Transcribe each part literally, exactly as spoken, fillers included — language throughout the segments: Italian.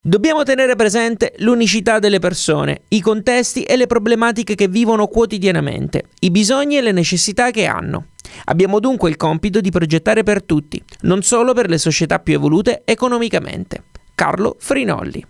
Dobbiamo tenere presente l'unicità delle persone, i contesti e le problematiche che vivono quotidianamente, i bisogni e le necessità che hanno. Abbiamo dunque il compito di progettare per tutti, non solo per le società più evolute economicamente. Carlo Frinolli.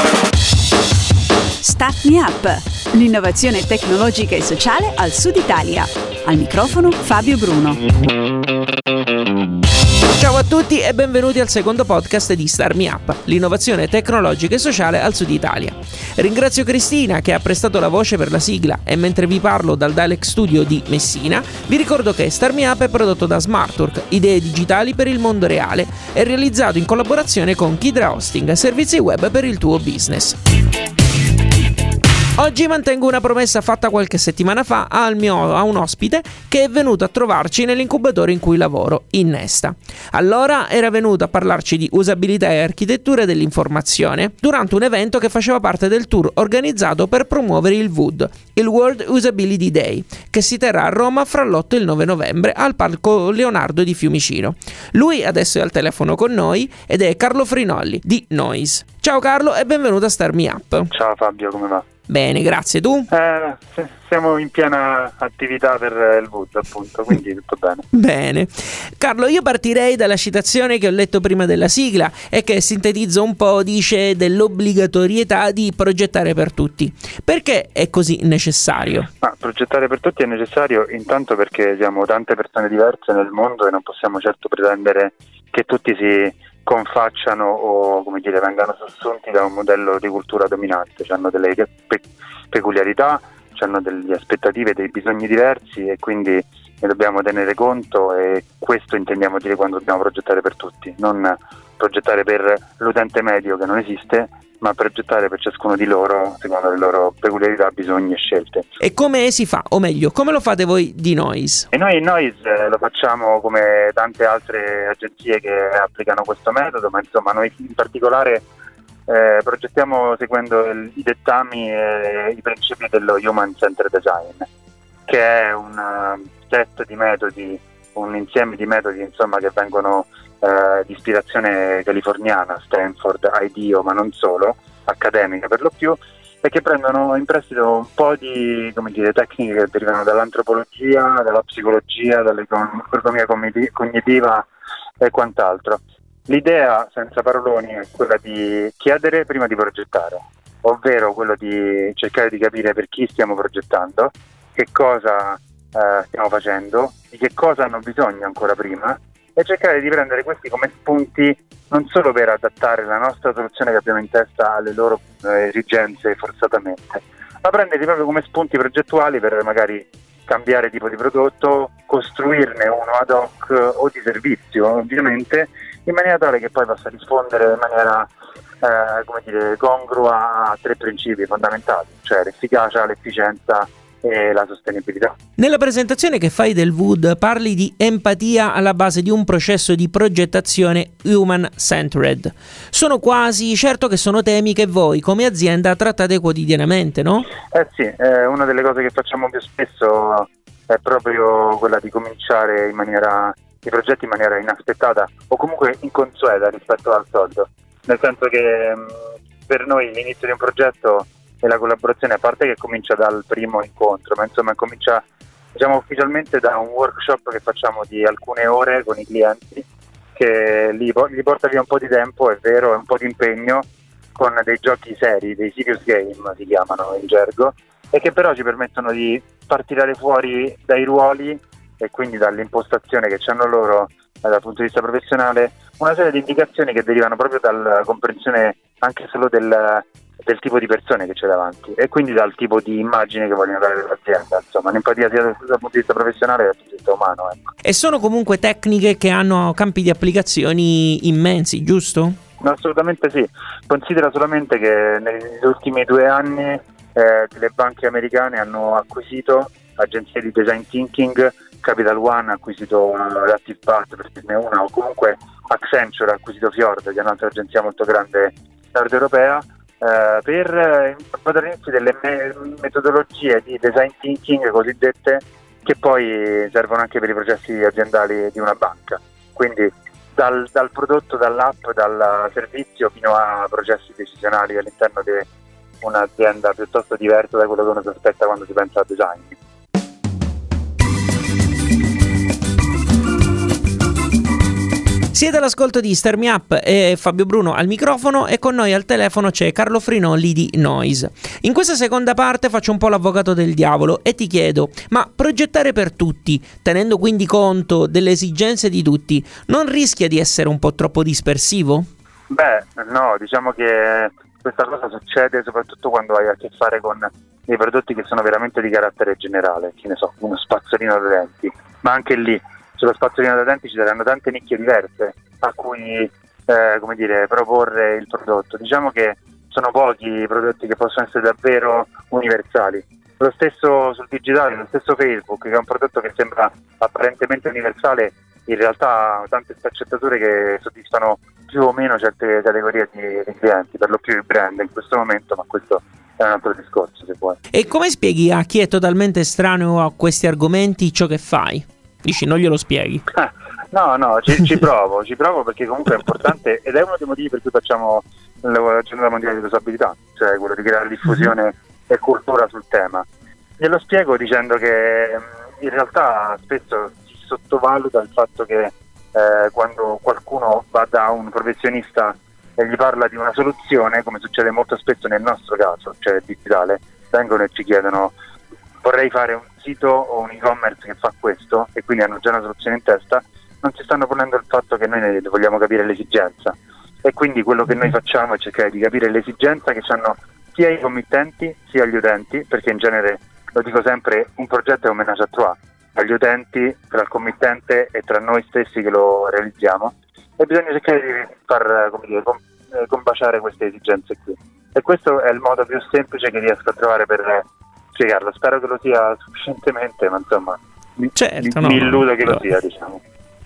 Start Me Up, l'innovazione tecnologica e sociale al Sud Italia. Al microfono Fabio Bruno. Ciao a tutti e benvenuti al secondo podcast di Start Me Up, l'innovazione tecnologica e sociale al Sud Italia. Ringrazio Cristina che ha prestato la voce per la sigla e mentre vi parlo dal Dialect Studio di Messina, vi ricordo che Start Me Up è prodotto da Smartwork, idee digitali per il mondo reale, e realizzato in collaborazione con Kidra Hosting, servizi web per il tuo business. Oggi mantengo una promessa fatta qualche settimana fa al mio, a un ospite che è venuto a trovarci nell'incubatore in cui lavoro, Innesta. Allora era venuto a parlarci di usabilità e architettura dell'informazione durante un evento che faceva parte del tour organizzato per promuovere il W U D, il World Usability Day, che si terrà a Roma fra l'otto e il nove novembre al Parco Leonardo di Fiumicino. Lui adesso è al telefono con noi ed è Carlo Frinolli di Noise. Ciao Carlo e benvenuto a Start Me Up. Ciao Fabio, come va? Bene, grazie. Tu? Eh, siamo in piena attività per il W U D, appunto, quindi tutto bene. Bene. Carlo, io partirei dalla citazione che ho letto prima della sigla e che sintetizza un po', dice, dell'obbligatorietà di progettare per tutti. Perché è così necessario? Ma progettare per tutti è necessario intanto perché siamo tante persone diverse nel mondo e non possiamo certo pretendere che tutti si confacciano o, come dire, vengano sussunti da un modello di cultura dominante. Hanno delle pe- peculiarità, hanno delle aspettative, dei bisogni diversi e quindi ne dobbiamo tenere conto, e questo intendiamo dire quando dobbiamo progettare per tutti, non progettare per l'utente medio che non esiste, ma progettare per ciascuno di loro secondo le loro peculiarità, bisogni e scelte. E come si fa? O meglio, come lo fate voi di Noise? E noi in Noise eh, lo facciamo come tante altre agenzie che applicano questo metodo, ma insomma noi in particolare eh, progettiamo seguendo il, i dettami e i principi dello Human Centered Design, che è un uh, set di metodi, un insieme di metodi insomma che vengono Uh, di ispirazione californiana, Stanford, IDEO, ma non solo, accademica per lo più, e che prendono in prestito un po' di, come dire, tecniche che derivano dall'antropologia, dalla psicologia, dall'economia cognitiva e quant'altro. L'idea, senza paroloni, è quella di chiedere prima di progettare, ovvero quello di cercare di capire per chi stiamo progettando, che cosa uh, stiamo facendo, di che cosa hanno bisogno ancora prima, e cercare di prendere questi come spunti non solo per adattare la nostra soluzione che abbiamo in testa alle loro eh, esigenze forzatamente, ma prenderli proprio come spunti progettuali per magari cambiare tipo di prodotto, costruirne uno ad hoc o di servizio ovviamente, in maniera tale che poi possa rispondere in maniera eh, come dire, congrua a tre principi fondamentali, cioè l'efficacia, l'efficienza e la sostenibilità. Nella presentazione che fai del W U D parli di empatia alla base di un processo di progettazione human-centered. Sono quasi certo che sono temi che voi come azienda trattate quotidianamente, no? Eh sì, eh, una delle cose che facciamo più spesso è proprio quella di cominciare in maniera i progetti in maniera inaspettata o comunque inconsueta rispetto al solito, nel senso che mh, per noi l'inizio di un progetto e la collaborazione, a parte che comincia dal primo incontro, ma insomma comincia, diciamo, ufficialmente da un workshop che facciamo di alcune ore con i clienti, che li, li porta via un po' di tempo, è vero, e un po' di impegno, con dei giochi seri, dei serious game si chiamano in gergo, e che però ci permettono di far tirare fuori dai ruoli e quindi dall'impostazione che hanno loro eh, dal punto di vista professionale una serie di indicazioni che derivano proprio dalla comprensione anche solo del del tipo di persone che c'è davanti e quindi dal tipo di immagine che vogliono dare dell'azienda, insomma l'empatia sia dal, dal punto di vista professionale che dal punto di vista umano, ecco. E sono comunque tecniche che hanno campi di applicazioni immensi, giusto? No, assolutamente sì. Considera solamente che negli ultimi due anni eh, le banche americane hanno acquisito agenzie di design thinking, Capital One ha acquisito ActivePath, per dirne una, o comunque Accenture ha acquisito Fjord, che è un'altra agenzia molto grande nord europea, Uh, per introdarsi delle me- metodologie di design thinking cosiddette che poi servono anche per i processi aziendali di una banca. Quindi dal, dal prodotto, dall'app, dal servizio fino a processi decisionali all'interno di un'azienda piuttosto diversa da quello che uno si aspetta quando si pensa a design. Siete all'ascolto di Start Me Up e Fabio Bruno al microfono, e con noi al telefono c'è Carlo Frinolli di Noise. In questa seconda parte faccio un po' l'avvocato del diavolo e ti chiedo: ma progettare per tutti, tenendo quindi conto delle esigenze di tutti, non rischia di essere un po' troppo dispersivo? Beh, no, diciamo che questa cosa succede soprattutto quando hai a che fare con dei prodotti che sono veramente di carattere generale, che ne so, uno spazzolino da denti, ma anche lì sullo spazzolino da denti ci saranno tante nicchie diverse a cui eh, come dire, proporre il prodotto. Diciamo che sono pochi i prodotti che possono essere davvero universali. Lo stesso sul digitale, lo stesso Facebook, che è un prodotto che sembra apparentemente universale, in realtà ha tante sfaccettature che soddisfano più o meno certe categorie di, di clienti, per lo più il brand in questo momento, ma questo è un altro discorso, se vuoi. E come spieghi a chi è totalmente estraneo a questi argomenti ciò che fai? Dici, non glielo spieghi? No, no, ci, ci provo, ci provo perché comunque è importante, ed è uno dei motivi per cui facciamo la giornata mondiale di disabilità, cioè quello di creare diffusione mm-hmm. e cultura sul tema. Glielo spiego dicendo che in realtà spesso si sottovaluta il fatto che eh, quando qualcuno va da un professionista e gli parla di una soluzione, come succede molto spesso nel nostro caso, cioè digitale, vengono e ci chiedono: vorrei fare un sito o un e-commerce che fa questo, e quindi hanno già una soluzione in testa, non si stanno ponendo il fatto che noi ne vogliamo capire l'esigenza, e quindi quello che noi facciamo è cercare di capire l'esigenza che hanno sia i committenti sia gli utenti, perché in genere, lo dico sempre, un progetto è un ménage à trois, agli utenti, tra il committente e tra noi stessi che lo realizziamo, e bisogna cercare di far, come dire, com- combaciare queste esigenze qui, e questo è il modo più semplice che riesco a trovare per spiegarlo. Spero che lo sia sufficientemente, ma insomma certo, mi, no, mi illudo che no. lo sia, diciamo.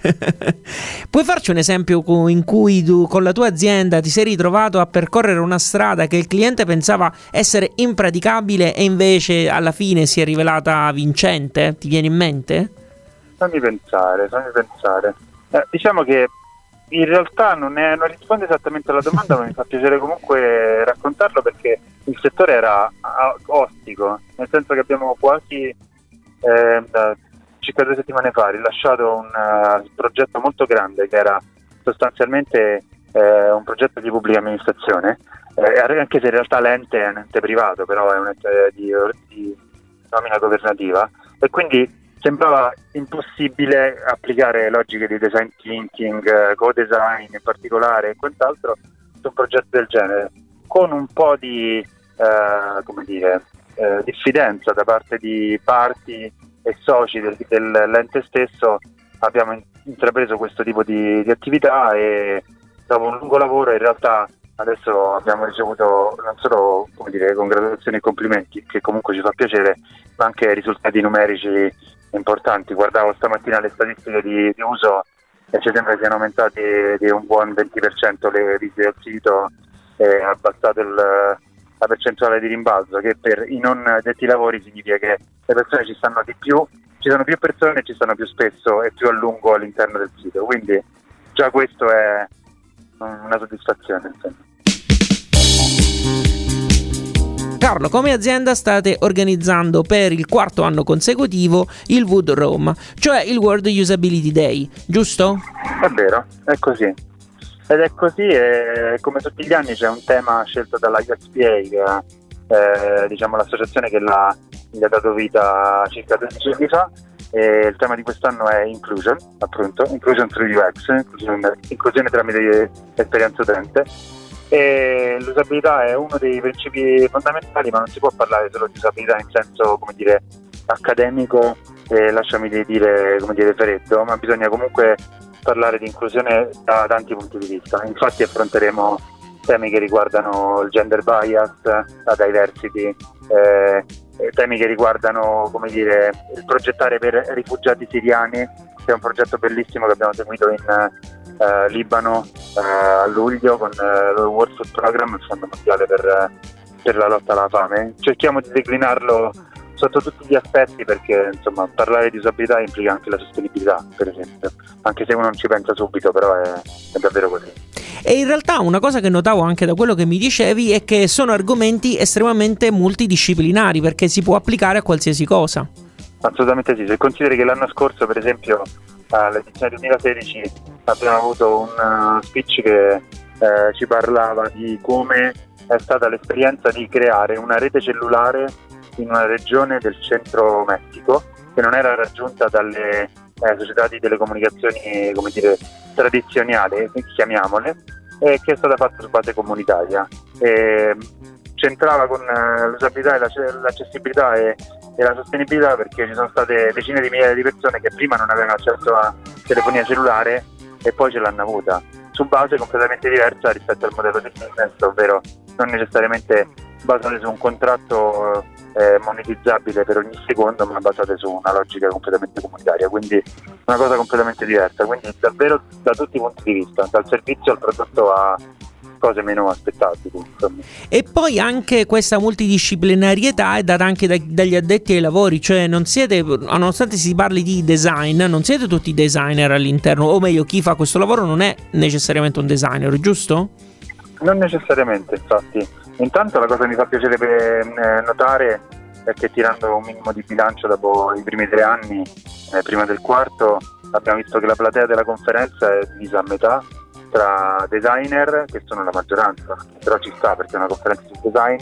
Puoi farci un esempio in cui tu con la tua azienda ti sei ritrovato a percorrere una strada che il cliente pensava essere impraticabile e invece alla fine si è rivelata vincente? Ti viene in mente? Fammi pensare, fammi pensare. Eh, diciamo che in realtà non, è, non risponde esattamente alla domanda, ma mi fa piacere comunque raccontarlo perché il settore era ostico, nel senso che abbiamo quasi eh, circa due settimane fa rilasciato un uh, progetto molto grande che era sostanzialmente eh, un progetto di pubblica amministrazione, eh, anche se in realtà l'ente è un ente privato, però è un ente di, di nomina governativa, e quindi sembrava impossibile applicare logiche di design thinking, eh, co-design in particolare e quant'altro su un progetto del genere, con un po' di eh, come dire, eh, diffidenza da parte di parti e soci del, dell'ente stesso. Abbiamo intrapreso questo tipo di, di attività, e dopo un lungo lavoro in realtà adesso abbiamo ricevuto non solo, come dire, congratulazioni e complimenti, che comunque ci fa piacere, ma anche risultati numerici importanti. Guardavo stamattina le statistiche di, di uso e ci sembra siano aumentati di un buon venti per cento le visite al sito, e ha abbassato il, la percentuale di rimbalzo, che per i non detti lavori significa che le persone ci stanno di più, ci sono più persone, ci stanno più spesso e più a lungo all'interno del sito, quindi già questo è una soddisfazione, insomma. Carlo, come azienda state organizzando per il quarto anno consecutivo il W U D Rome, cioè il World Usability Day, giusto? È vero, è così. Ed è così, e come tutti gli anni c'è un tema scelto dalla U X P A, che è eh, diciamo l'associazione che l'ha, gli ha dato vita circa dodici anni fa, e il tema di quest'anno è Inclusion, appunto, Inclusion through U X, inclusione, inclusione tramite esperienza utente. E l'usabilità è uno dei principi fondamentali, ma non si può parlare solo di usabilità in senso, come dire, accademico e lasciami dire, come dire, freddo, ma bisogna comunque parlare di inclusione da tanti punti di vista. Infatti affronteremo temi che riguardano il gender bias, la diversity, eh, temi che riguardano, come dire, il progettare per rifugiati siriani, che è un progetto bellissimo che abbiamo seguito in Uh, Libano uh, a luglio con uh, il World Food Program, il Fondo Mondiale per, per la lotta alla fame. Cerchiamo di declinarlo sotto tutti gli aspetti, perché insomma parlare di usabilità implica anche la sostenibilità, per esempio, anche se uno non ci pensa subito, però è, è davvero così. E in realtà una cosa che notavo anche da quello che mi dicevi è che sono argomenti estremamente multidisciplinari, perché si può applicare a qualsiasi cosa. Assolutamente sì, se consideri che l'anno scorso, per esempio, all'edizione duemilasedici abbiamo avuto un uh, speech che eh, ci parlava di come è stata l'esperienza di creare una rete cellulare in una regione del centro Messico che non era raggiunta dalle eh, società di telecomunicazioni, come dire, tradizionali, chiamiamole, e che è stata fatta su base comunitaria. E c'entrava con eh, l'usabilità e la, l'accessibilità e, e la sostenibilità, perché ci sono state decine di migliaia di persone che prima non avevano accesso a telefonia cellulare e poi ce l'hanno avuta, su base completamente diversa rispetto al modello di business, ovvero non necessariamente basate su un contratto eh, monetizzabile per ogni secondo, ma basate su una logica completamente comunitaria, quindi una cosa completamente diversa, quindi davvero da tutti i punti di vista, dal servizio al prodotto a cose meno aspettabili, insomma. E poi anche questa multidisciplinarietà è data anche da, dagli addetti ai lavori, cioè non siete, nonostante si parli di design, non siete tutti designer all'interno, o meglio, chi fa questo lavoro non è necessariamente un designer, giusto? Non necessariamente, infatti. Intanto la cosa che mi fa piacere eh, notare è che, tirando un minimo di bilancio dopo i primi tre anni, eh, prima del quarto, abbiamo visto che la platea della conferenza è divisa a metà tra designer, che sono la maggioranza, però ci sta perché è una conferenza su design,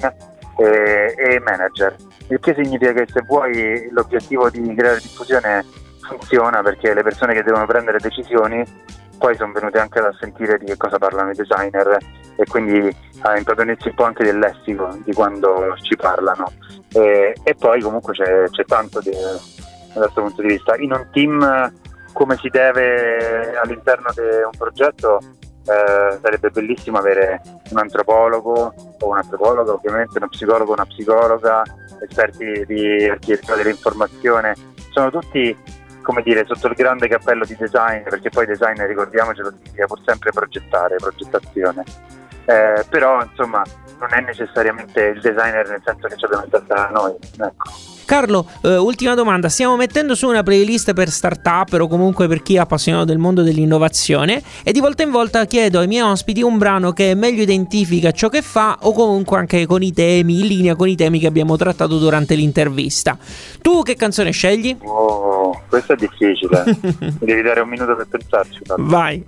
e, e manager, il che significa che, se vuoi, l'obiettivo di creare diffusione funziona, perché le persone che devono prendere decisioni poi sono venute anche a sentire di che cosa parlano i designer e quindi a impadronirsi un po' anche del lessico di quando ci parlano, e, e poi comunque c'è, c'è tanto di, da questo punto di vista. In un team, come si deve all'interno di un progetto, eh, sarebbe bellissimo avere un antropologo o un'antropologa, ovviamente uno psicologo o una psicologa, esperti di architettura dell'informazione, sono tutti, come dire, sotto il grande cappello di design, perché poi design, ricordiamocelo, significa pur sempre progettare, progettazione, eh, però insomma non è necessariamente il designer nel senso che ci abbiamo pensato noi, ecco. Carlo, eh, ultima domanda, stiamo mettendo su una playlist per startup o comunque per chi è appassionato del mondo dell'innovazione, e di volta in volta chiedo ai miei ospiti un brano che meglio identifica ciò che fa, o comunque anche con i temi, in linea con i temi che abbiamo trattato durante l'intervista. Tu che canzone scegli? Oh, questo è difficile. Mi devi dare un minuto per pensarci. Carlo. Vai.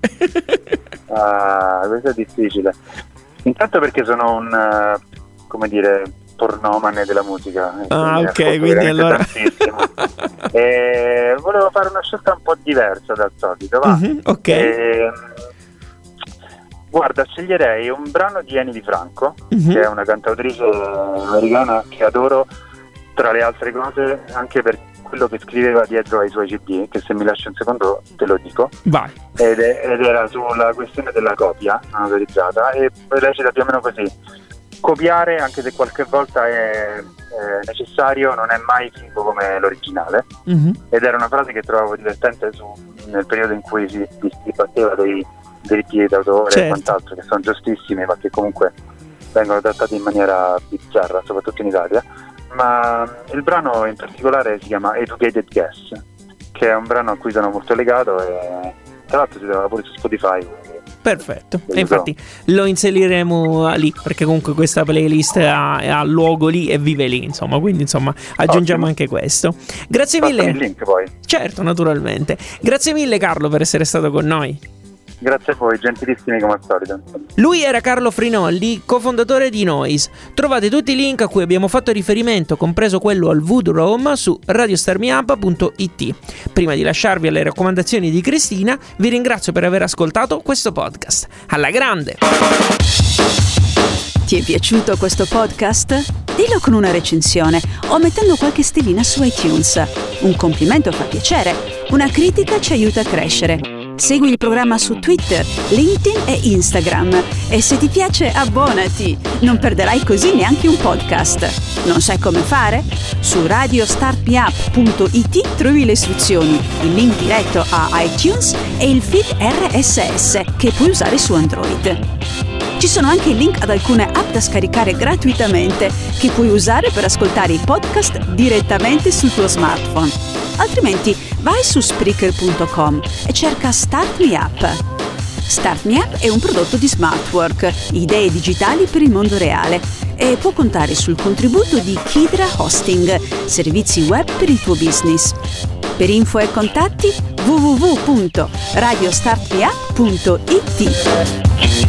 Ah, questo è difficile. Intanto perché sono un, uh, come dire, pornomane della musica. Ah, ok, quindi allora e volevo fare una scelta un po' diversa dal solito, va? Mm-hmm, ok. E, guarda, sceglierei un brano di Eni Di Franco, mm-hmm. che è una cantautrice americana che adoro, tra le altre cose anche per quello che scriveva dietro ai suoi C D, che se mi lasci un secondo te lo dico. Vai. Ed, è, ed era sulla questione della copia non autorizzata, e recita più o meno così: copiare, anche se qualche volta è, è necessario, non è mai figo come l'originale. Mm-hmm. Ed era una frase che trovavo divertente su, nel periodo in cui si dibatteva dei diritti d'autore, certo, e quant'altro, che sono giustissimi ma che comunque vengono trattati in maniera bizzarra, soprattutto in Italia. Ma il brano in particolare si chiama Educated Guess, che è un brano a cui sono molto legato, e tra l'altro si trova pure su Spotify. Perfetto, e infatti lo inseriremo lì, perché comunque questa playlist ha, ha luogo lì e vive lì, insomma, quindi insomma aggiungiamo Ottimo. Anche questo. Grazie Passami mille. Il link poi. Certo, naturalmente. Grazie mille Carlo per essere stato con noi. Grazie a voi, gentilissimi come al solito. Lui era Carlo Frinolli, cofondatore di Noise. Trovate tutti i link a cui abbiamo fatto riferimento, compreso quello al Voodoo Room, su radio star me up punto it. Prima di lasciarvi alle raccomandazioni di Cristina, vi ringrazio per aver ascoltato questo podcast. Alla grande! Ti è piaciuto questo podcast? Dillo con una recensione o mettendo qualche stellina su iTunes. Un complimento fa piacere, una critica ci aiuta a crescere. Segui il programma su Twitter, LinkedIn e Instagram, e se ti piace abbonati, non perderai così neanche un podcast. Non sai come fare? Su radio start me up punto it trovi le istruzioni, il link diretto a iTunes e il feed R S S che puoi usare su Android. Ci sono anche i link ad alcune app da scaricare gratuitamente che puoi usare per ascoltare i podcast direttamente sul tuo smartphone. Altrimenti vai su Spreaker punto com e cerca Start Me Up. Start Me Up è un prodotto di Smartwork, idee digitali per il mondo reale, e può contare sul contributo di Kidra Hosting, servizi web per il tuo business. Per info e contatti w w w punto radio start me up punto i t.